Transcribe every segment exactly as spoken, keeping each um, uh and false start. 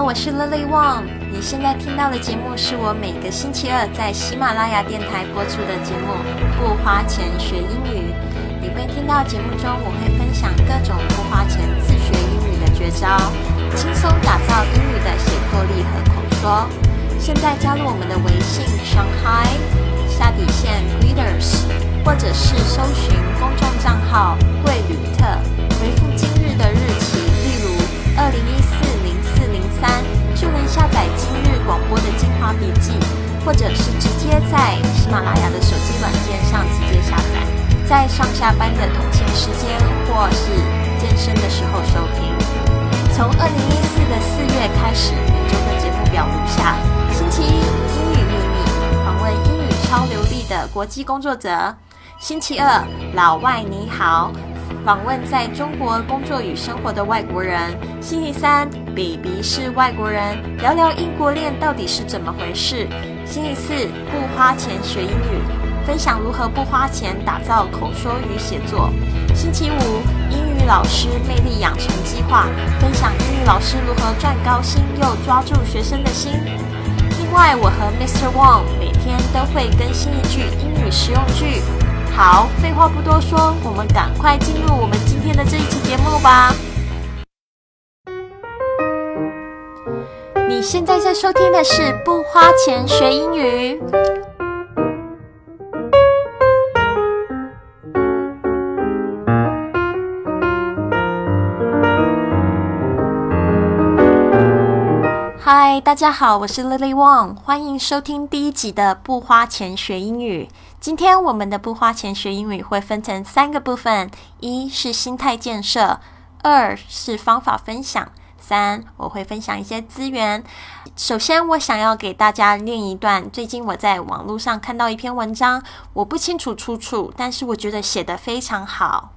我是 Lily Wong。你现在听到的节目是我每个星期二在喜马拉雅电台播出的节目《不花钱学英语》。你会听到节目中我会分享各种不花钱自学英语的绝招，轻松打造英语的写作力和口说。现在加入我们的微信 Shanghai 下底线 Readers， 或者是搜寻公众账号贵旅特，回复今日的日期，例如二零一四零四零三，就能下载今日广播的精华笔记，或者是直接在喜马拉雅的手机软件上直接下载，在上下班的通勤时间或是健身的时候收听。从二零一四的四月开始，每周的节目表如下：星期一英语秘密，访问英语超流利的国际工作者；星期二老外你好，访问在中国工作与生活的外国人；星期三 baby 是外国人，聊聊异国恋到底是怎么回事；星期四不花钱学英语，分享如何不花钱打造口说与写作；星期五英语老师魅力养成计划，分享英语老师如何赚高薪又抓住学生的心。另外，我和 Mister Wong 每天都会更新一句英语实用句。好，废话不多说，我们赶快进入我们今天的这一期节目吧。你现在在收听的是不花钱学英语。嗨，大家好，我是 Lily Wong， 欢迎收听第一集的不花钱学英语。今天我们的不花钱学英语会分成三个部分：一是心态建设，二是方法分享，三我会分享一些资源。首先我想要给大家念一段最近我在网络上看到一篇文章，我不清楚出处，但是我觉得写得非常好。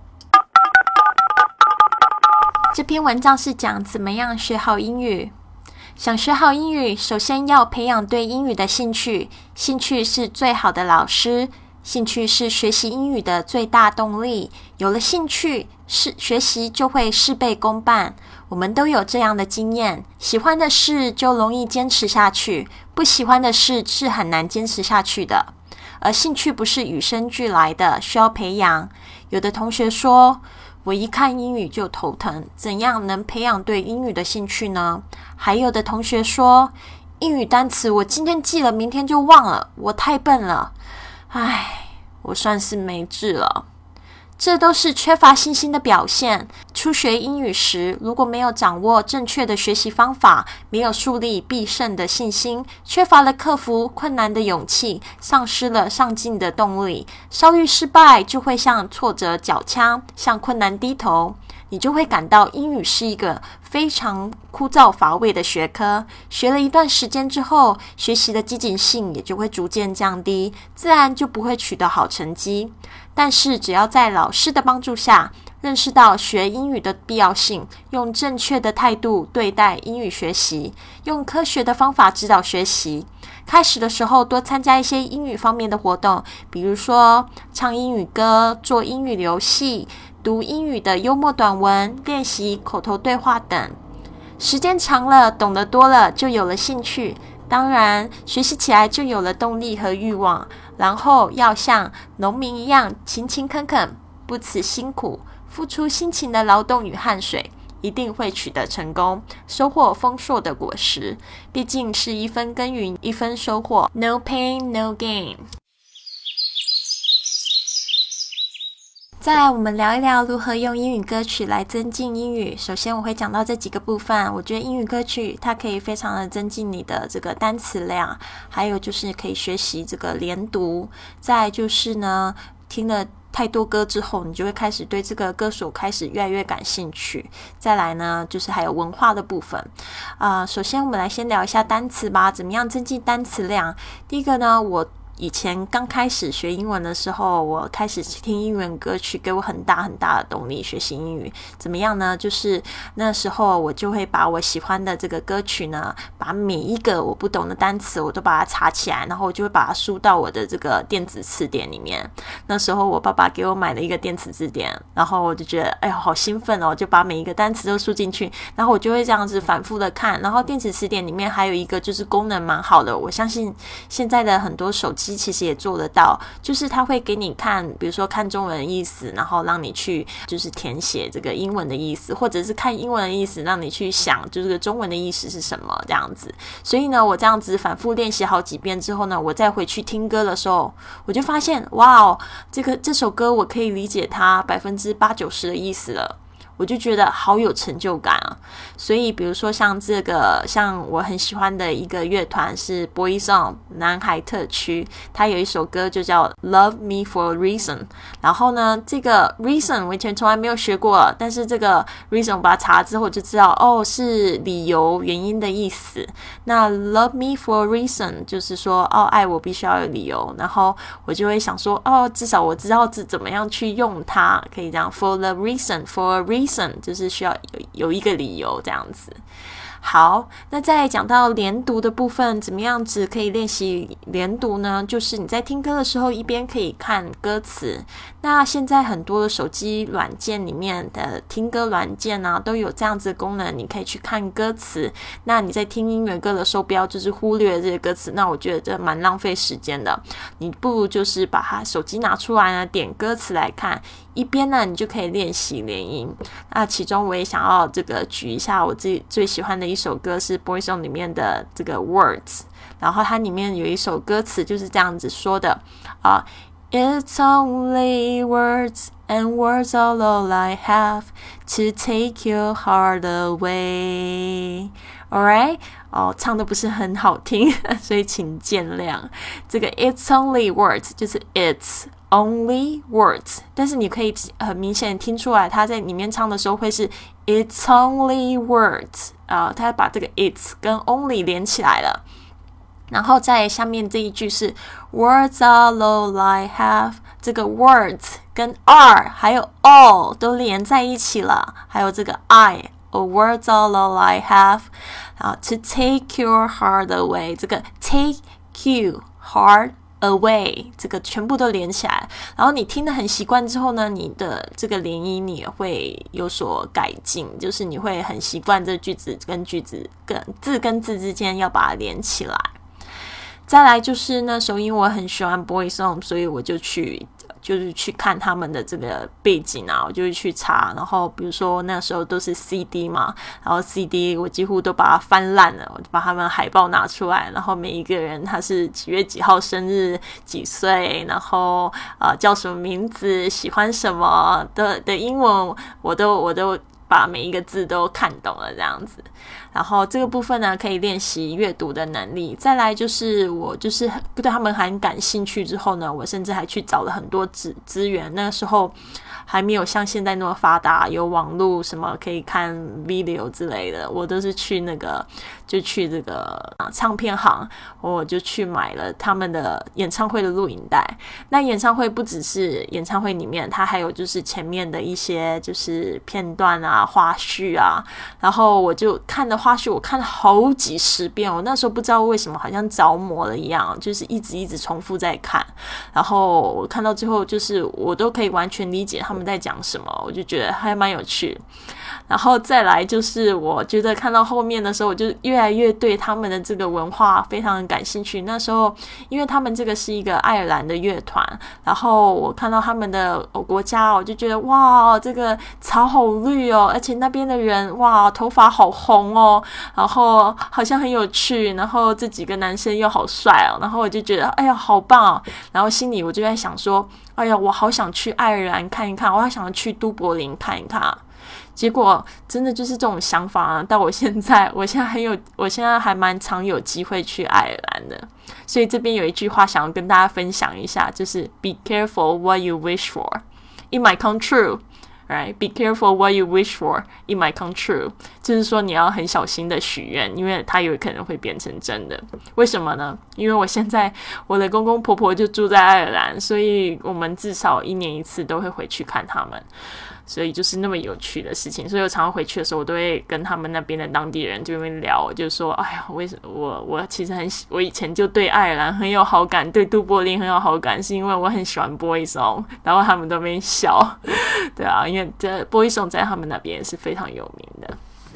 这篇文章是讲怎么样学好英语。想学好英语，首先要培养对英语的兴趣，兴趣是最好的老师，兴趣是学习英语的最大动力。有了兴趣，是学习就会事倍功半。我们都有这样的经验，喜欢的事就容易坚持下去，不喜欢的事是很难坚持下去的。而兴趣不是与生俱来的，需要培养。有的同学说，我一看英语就头疼，怎样能培养对英语的兴趣呢？还有的同学说，英语单词我今天记了，明天就忘了，我太笨了。唉，我算是没治了。这都是缺乏信心的表现。初学英语时，如果没有掌握正确的学习方法，没有树立必胜的信心，缺乏了克服困难的勇气，丧失了上进的动力，稍遇失败就会向挫折缴枪，向困难低头，你就会感到英语是一个非常枯燥乏味的学科。学了一段时间之后，学习的积极性也就会逐渐降低，自然就不会取得好成绩。但是只要在老师的帮助下，认识到学英语的必要性，用正确的态度对待英语学习，用科学的方法指导学习。开始的时候多参加一些英语方面的活动，比如说唱英语歌、做英语游戏、读英语的幽默短文、练习口头对话等。时间长了，懂得多了，就有了兴趣，当然学习起来就有了动力和欲望。然后要像农民一样勤勤恳恳，不辞辛苦，付出辛勤的劳动与汗水，一定会取得成功，收获丰硕的果实。毕竟是一分耕耘一分收获， No pain, no gain。 再来我们聊一聊如何用英语歌曲来增进英语。首先我会讲到这几个部分。我觉得英语歌曲它可以非常的增进你的这个单词量，还有就是可以学习这个连读。再来就是呢，听了太多歌之后，你就会开始对这个歌手开始越来越感兴趣。再来呢，就是还有文化的部分。呃，首先我们来先聊一下单词吧，怎么样增进单词量。第一个呢，我以前刚开始学英文的时候，我开始听英文歌曲，给我很大很大的动力学习英语。怎么样呢？就是那时候我就会把我喜欢的这个歌曲呢，把每一个我不懂的单词我都把它查起来，然后我就会把它输到我的这个电子词典里面。那时候我爸爸给我买了一个电子字典，然后我就觉得哎呀好兴奋哦，就把每一个单词都输进去，然后我就会这样子反复的看。然后电子词典里面还有一个就是功能蛮好的，我相信现在的很多手机其实也做得到，就是它会给你看，比如说看中文的意思，然后让你去就是填写这个英文的意思，或者是看英文的意思让你去想就这个中文的意思是什么这样子。所以呢我这样子反复练习好几遍之后呢，我再回去听歌的时候，我就发现哇哦，这个这首歌我可以理解它百分之八九十的意思了，我就觉得好有成就感啊。所以比如说像这个像我很喜欢的一个乐团是 Boyzone 南海特区，它有一首歌就叫 Love Me For A Reason， 然后呢这个 Reason 我以前从来没有学过，但是这个 Reason 我把它查了之后就知道哦是理由原因的意思。那 Love Me For A Reason 就是说哦爱我必须要有理由，然后我就会想说哦至少我知道怎么样去用它，可以这样 For the reason For A reason就是需要 有, 有一个理由这样子。好，那再讲到连读的部分，怎么样子可以练习连读呢？就是你在听歌的时候一边可以看歌词，那现在很多的手机软件里面的听歌软件啊都有这样子的功能，你可以去看歌词。那你在听音乐歌的时候不要就是忽略这些歌词，那我觉得这蛮浪费时间的，你不如就是把它手机拿出来呢，点歌词来看，一边呢你就可以练习连音。那其中我也想要这个举一下我自己最喜欢的一首歌是 Boyzone 里面的这个 Words， 然后它里面有一首歌词就是这样子说的啊、uh, It's only words and words are all I have to take your heart away. Alright? 哦，唱的不是很好听，所以请见谅。这个 It's only words 就是 It's only words， 但是你可以很明显听出来他在里面唱的时候会是 It's only words、呃、他把这个 It's 跟 only 连起来了。然后在下面这一句是 Words are all I have， 这个 words 跟 are 还有 all 都连在一起了，还有这个 I Oh, words are all I have、uh, to take your heart away， 这个 take you heart away 这个全部都连起来，然后你听得很习惯之后呢，你的这个连音你也会有所改进，就是你会很习惯这句子跟句子跟字跟字之间要把它连起来。再来就是那时候因为我很喜欢 Boyzone， 所以我就去就是去看他们的这个背景啊，我就会去查，然后比如说那时候都是 C D 嘛，然后 C D 我几乎都把它翻烂了，我就把他们海报拿出来，然后每一个人他是几月几号生日几岁，然后呃叫什么名字，喜欢什么的的英文我都我都把每一个字都看懂了这样子。然后这个部分呢可以练习阅读的能力。再来就是我就是对他们很感兴趣之后呢，我甚至还去找了很多资资源，那个时候还没有像现在那么发达，有网络什么可以看 video 之类的，我都是去那个就去这个、啊、唱片行，我就去买了他们的演唱会的录影带。那演唱会不只是演唱会里面，它还有就是前面的一些就是片段啊花絮啊，然后我就看的花絮我看了好几十遍，我那时候不知道为什么好像着魔了一样，就是一直一直重复在看，然后我看到最后就是我都可以完全理解他们在讲什么，我就觉得还蛮有趣。然后再来就是我觉得看到后面的时候，我就越来越对他们的这个文化非常感兴趣。那时候因为他们这个是一个爱尔兰的乐团，然后我看到他们的国家，我就觉得哇这个草好绿哦，而且那边的人哇头发好红哦，然后好像很有趣，然后这几个男生又好帅哦，然后我就觉得哎呀好棒哦，然后心里我就在想说哎呀我好想去爱尔兰看一看，我好想去都柏林看一看。结果真的就是这种想法啊，到我现在我现在很有我现在还蛮常有机会去爱尔兰的。所以这边有一句话想要跟大家分享一下，就是 Be careful what you wish for, it might come true, Alright, be careful what you wish for, it might come true. 就是说你要很小心的许愿，因为它有可能会变成真的。为什么呢？因为我现在我的公公婆婆就住在爱尔兰，所以我们至少一年一次都会回去看他们。所以就是那么有趣的事情，所以我常常回去的时候，我都会跟他们那边的当地人就会聊，就说，哎呀，为什么我我其实很喜，我以前就对爱尔兰很有好感，对都柏林很有好感，是因为我很喜欢 Boyzone， 然后他们都没笑，对啊，因为这 Boyzone 在他们那边也是非常有名的。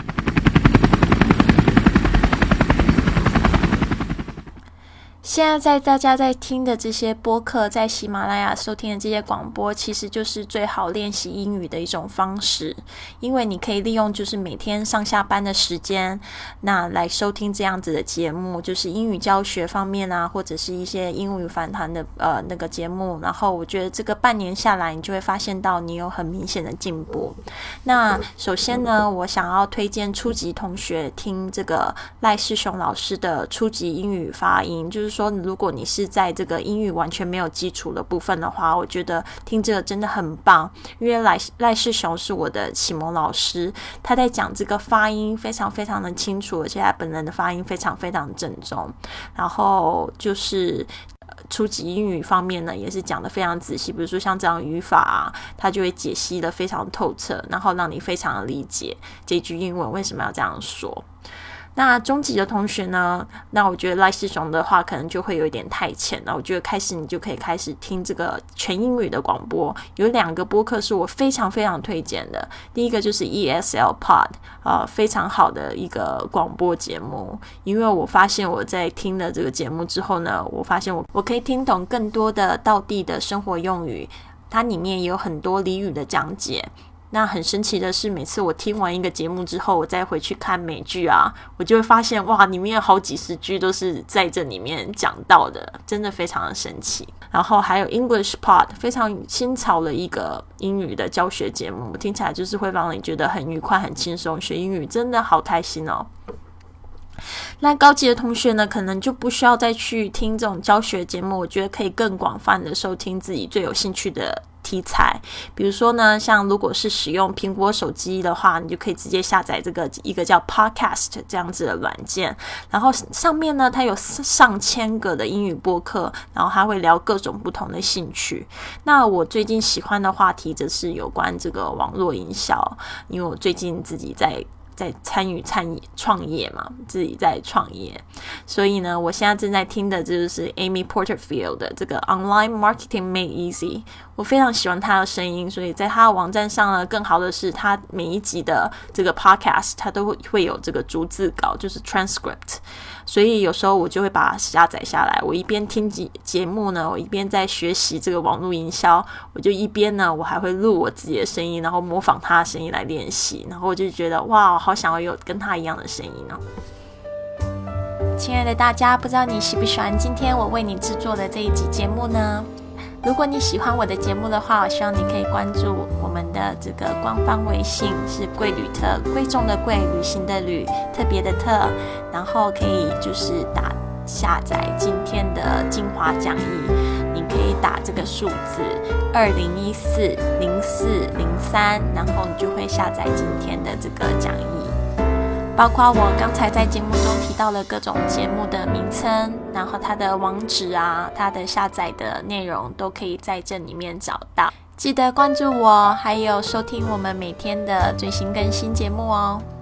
现在在大家在听的这些播客，在喜马拉雅收听的这些广播，其实就是最好练习英语的一种方式，因为你可以利用就是每天上下班的时间，那来收听这样子的节目，就是英语教学方面啊，或者是一些英语访谈的呃那个节目，然后我觉得这个半年下来，你就会发现到你有很明显的进步。那首先呢，我想要推荐初级同学听这个赖世雄老师的初级英语发音，就是说如果你是在这个英语完全没有基础的部分的话，我觉得听这个真的很棒，因为赖赖世雄是我的启蒙老师，他在讲这个发音非常非常的清楚，而且他本人的发音非常非常正宗，然后就是初级英语方面呢，也是讲得非常仔细，比如说像这样语法啊，他就会解析得非常透彻，然后让你非常的理解这句英文为什么要这样说。那中级的同学呢，那我觉得赖世雄的话可能就会有一点太浅了，我觉得开始你就可以开始听这个全英语的广播，有两个播客是我非常非常推荐的，第一个就是 E S L Pod、呃、非常好的一个广播节目，因为我发现我在听了这个节目之后呢，我发现我我可以听懂更多的道地的生活用语，它里面也有很多俚语的讲解。那很神奇的是，每次我听完一个节目之后，我再回去看美剧啊，我就会发现哇，里面有好几十句都是在这里面讲到的，真的非常的神奇。然后还有 English Pod， 非常新潮的一个英语的教学节目，听起来就是会让你觉得很愉快很轻松，学英语真的好开心哦。那高级的同学呢，可能就不需要再去听这种教学节目，我觉得可以更广泛的收听自己最有兴趣的题材，比如说呢，像如果是使用苹果手机的话，你就可以直接下载这个一个叫 Podcast 这样子的软件，然后上面呢，它有上千个的英语播客，然后它会聊各种不同的兴趣。那我最近喜欢的话题则是有关这个网络营销，因为我最近自己在在参与参与创业嘛，自己在创业，所以呢，我现在正在听的就是 Amy Porterfield 的这个 Online Marketing Made Easy， 我非常喜欢她的声音，所以在她的网站上呢，更好的是她每一集的这个 podcast 她都会会有这个逐字稿，就是 transcript， 所以有时候我就会把它下载下来，我一边听节目呢，我一边在学习这个网络营销，我就一边呢，我还会录我自己的声音，然后模仿她的声音来练习，然后我就觉得哇，好想要有跟他一样的声音哦。亲爱的大家，不知道你喜不喜欢今天我为你制作的这一集节目呢？如果你喜欢我的节目的话，我希望你可以关注我们的这个官方微信，是贵旅特，贵重的贵，旅行的旅，特别的特，然后可以就是打下载今天的精华讲义，你可以打这个数字二零一四零四零三，然后你就会下载今天的这个讲义，包括我刚才在节目中提到了各种节目的名称，然后它的网址啊，它的下载的内容都可以在这里面找到。记得关注我，还有收听我们每天的最新更新节目哦。